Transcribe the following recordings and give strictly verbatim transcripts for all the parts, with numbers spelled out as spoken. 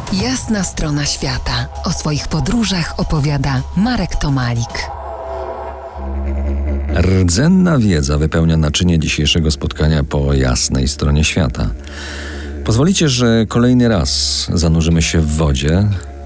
Jasna strona świata. O swoich podróżach opowiada Marek Tomalik. Rdzenna wiedza wypełnia naczynie dzisiejszego spotkania po jasnej stronie świata. Pozwolicie, że kolejny raz zanurzymy się w wodzie,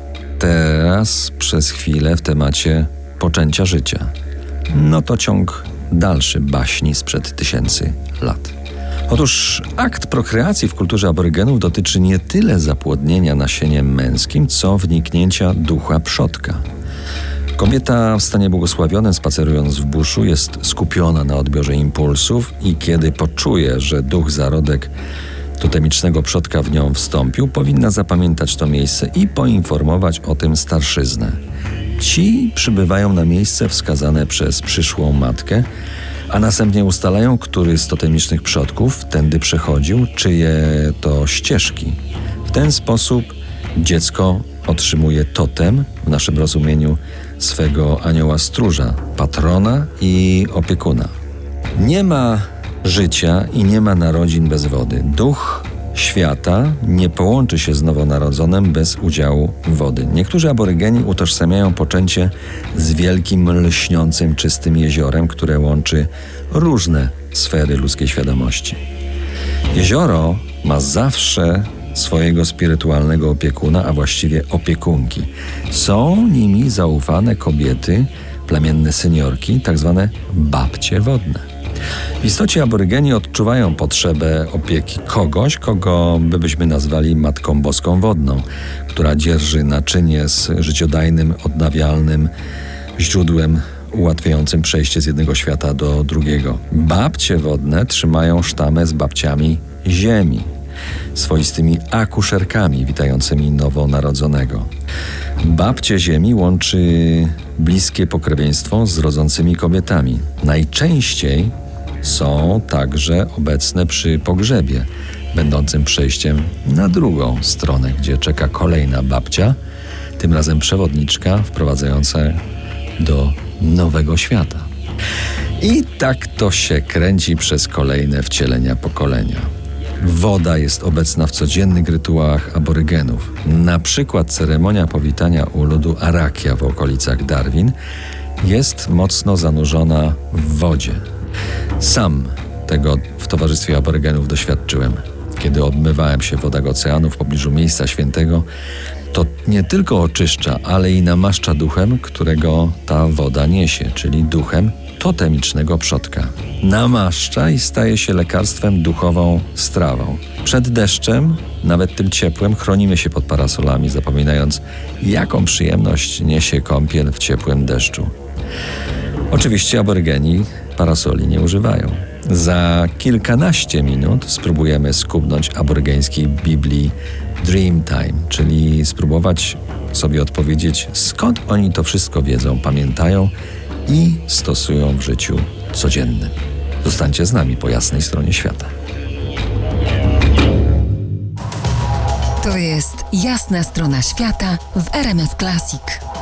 teraz przez chwilę w temacie poczęcia życia. No to ciąg dalszy baśni sprzed tysięcy lat. Otóż akt prokreacji w kulturze aborygenów dotyczy nie tyle zapłodnienia nasieniem męskim, co wniknięcia ducha przodka. Kobieta w stanie błogosławionym, spacerując w buszu, jest skupiona na odbiorze impulsów i kiedy poczuje, że duch zarodek totemicznego przodka w nią wstąpił, powinna zapamiętać to miejsce i poinformować o tym starszyznę. Ci przybywają na miejsce wskazane przez przyszłą matkę, a następnie ustalają, który z totemicznych przodków tędy przechodził, czyje to ścieżki. W ten sposób dziecko otrzymuje totem, w naszym rozumieniu, swego anioła stróża, patrona i opiekuna. Nie ma życia i nie ma narodzin bez wody. Duch świata nie połączy się z nowonarodzonym bez udziału wody. Niektórzy aborygeni utożsamiają poczęcie z wielkim, lśniącym, czystym jeziorem, które łączy różne sfery ludzkiej świadomości. Jezioro ma zawsze swojego spirytualnego opiekuna, a właściwie opiekunki. Są nimi zaufane kobiety, plemienne seniorki, tak zwane babcie wodne. W istocie aborygeni odczuwają potrzebę opieki kogoś, kogo by byśmy nazwali Matką Boską Wodną, która dzierży naczynie z życiodajnym, odnawialnym źródłem ułatwiającym przejście z jednego świata do drugiego. Babcie wodne trzymają sztamę z babciami ziemi, swoistymi akuszerkami witającymi nowonarodzonego. Babcie ziemi łączy bliskie pokrewieństwo z rodzącymi kobietami. Najczęściej są także obecne przy pogrzebie, będącym przejściem na drugą stronę, gdzie czeka kolejna babcia, tym razem przewodniczka wprowadzająca do nowego świata. I tak to się kręci przez kolejne wcielenia pokolenia. Woda jest obecna w codziennych rytuałach aborygenów. Na przykład ceremonia powitania u ludu Arakia w okolicach Darwin jest mocno zanurzona w wodzie. Sam tego w towarzystwie aborygenów doświadczyłem. Kiedy obmywałem się w wodach oceanu w pobliżu miejsca świętego, to nie tylko oczyszcza, ale i namaszcza duchem, którego ta woda niesie, czyli duchem totemicznego przodka. Namaszcza i staje się lekarstwem, duchową strawą. Przed deszczem, nawet tym ciepłym, chronimy się pod parasolami, zapominając, jaką przyjemność niesie kąpiel w ciepłym deszczu. Oczywiście aborygeni parasoli nie używają. Za kilkanaście minut spróbujemy skubnąć aborygeńskiej Biblii Dreamtime, czyli spróbować sobie odpowiedzieć, skąd oni to wszystko wiedzą, pamiętają i stosują w życiu codziennym. Zostańcie z nami po jasnej stronie świata. To jest Jasna strona świata w R M F Classic.